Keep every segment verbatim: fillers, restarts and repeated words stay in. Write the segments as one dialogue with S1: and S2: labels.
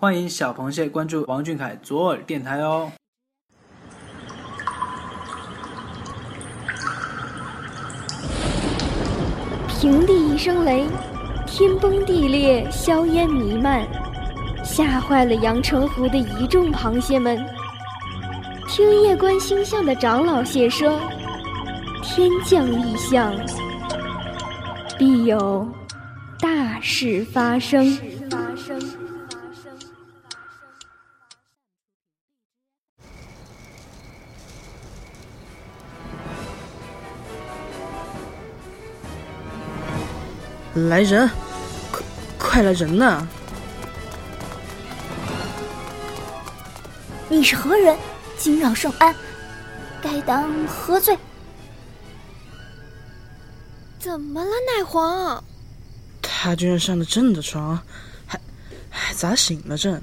S1: 欢迎小螃蟹关注王俊凯左耳电台哦。
S2: 平地一声雷，天崩地裂，硝烟弥漫，吓坏了阳澄湖的一众螃蟹们。听夜观星象的长老蟹说，天降异象，必有大事发生。
S3: 来人，快快来人呐！
S4: 你是何人？惊扰圣安，该当何罪？
S2: 怎么了，奶黄？
S3: 他居然上了朕的床，还还砸醒了朕。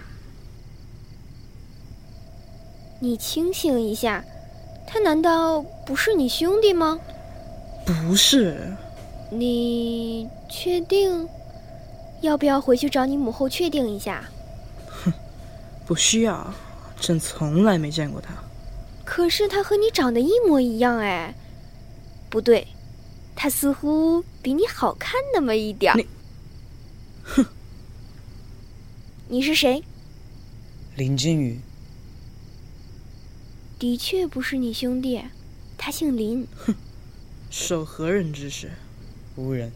S2: 你清醒一下，他难道不是你兄弟吗？
S3: 不是。
S2: 你确定？要不要回去找你母后确定一下？
S3: 哼，不需要，朕从来没见过他。
S2: 可是他和你长得一模一样哎。不对，他似乎比你好看那么一点。
S3: 你，哼！
S2: 你是谁？
S5: 林金羽。
S2: 的确不是你兄弟，他姓林。
S3: 哼，受何人指使？
S5: 无人。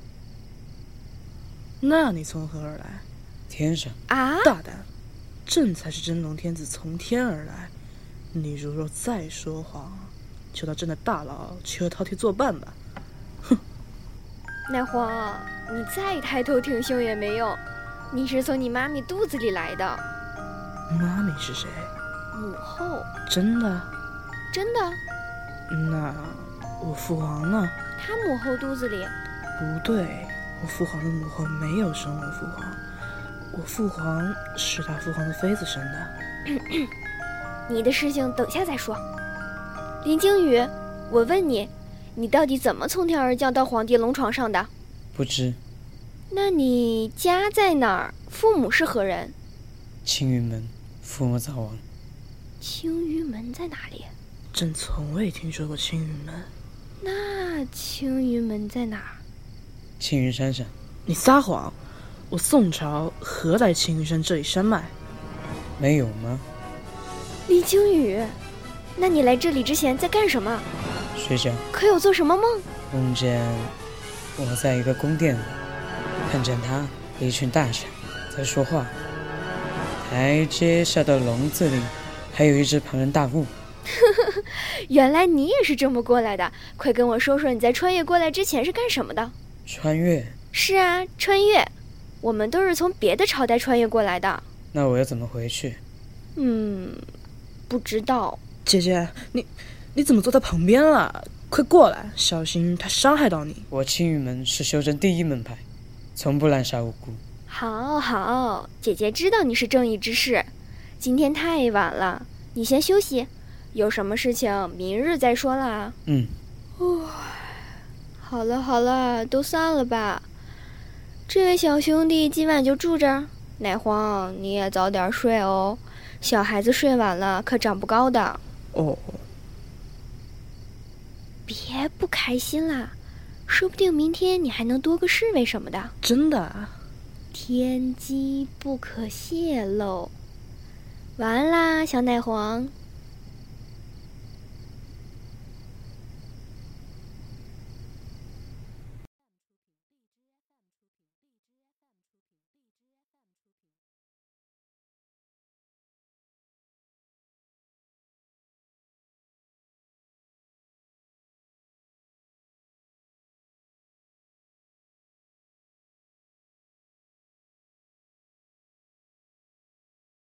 S3: 那你从何而来？
S5: 天上。
S2: 啊！
S3: 大胆！朕才是真龙天子从天而来。你如若再说谎，就到朕的大牢去和饕餮作伴吧。哼！
S2: 奶黄，你再抬头挺胸也没用，你是从你妈咪肚子里来的。
S3: 妈咪是谁？
S2: 母后。
S3: 真的？
S2: 真的。
S3: 那我父皇呢？
S2: 他母后肚子里。
S3: 不对，我父皇的母后没有生我父皇，我父皇是他父皇的妃子生的。
S2: 你的事情等下再说。林惊羽，我问你，你到底怎么从天而降到皇帝龙床上的？
S5: 不知。
S2: 那你家在哪儿？父母是何人？
S5: 青云门，父母早亡。
S2: 青云门在哪里？
S3: 朕从未听说过青云门。
S2: 那青云门在哪儿？
S5: 青云山上。
S3: 你撒谎！我宋朝何来青云山这一山脉？
S5: 没有吗？
S2: 林惊羽，那你来这里之前在干什么？
S5: 睡觉。
S2: 可有做什么梦？
S5: 梦见我在一个宫殿里，看见他和一群大臣在说话，台阶下的笼子里还有一只庞然大物。
S2: 原来你也是这么过来的，快跟我说说你在穿越过来之前是干什么的？
S5: 穿越？
S2: 是啊，穿越，我们都是从别的朝代穿越过来的。
S5: 那我要怎么回去？
S2: 嗯，不知道。
S3: 姐姐，你你怎么坐在旁边了？快过来，小心他伤害到你。
S5: 我青云门是修真第一门派，从不滥杀无辜。
S2: 好好，姐姐知道你是正义之士。今天太晚了，你先休息，有什么事情明日再说啦。
S5: 嗯。
S2: 哦，好了好了，都散了吧。这位小兄弟今晚就住这儿，奶黄你也早点睡哦，小孩子睡晚了可长不高的。
S3: 哦。
S2: 别不开心啦，说不定明天你还能多个侍卫什么的。
S3: 真的啊？
S2: 天机不可泄露。晚安啦，小奶黄。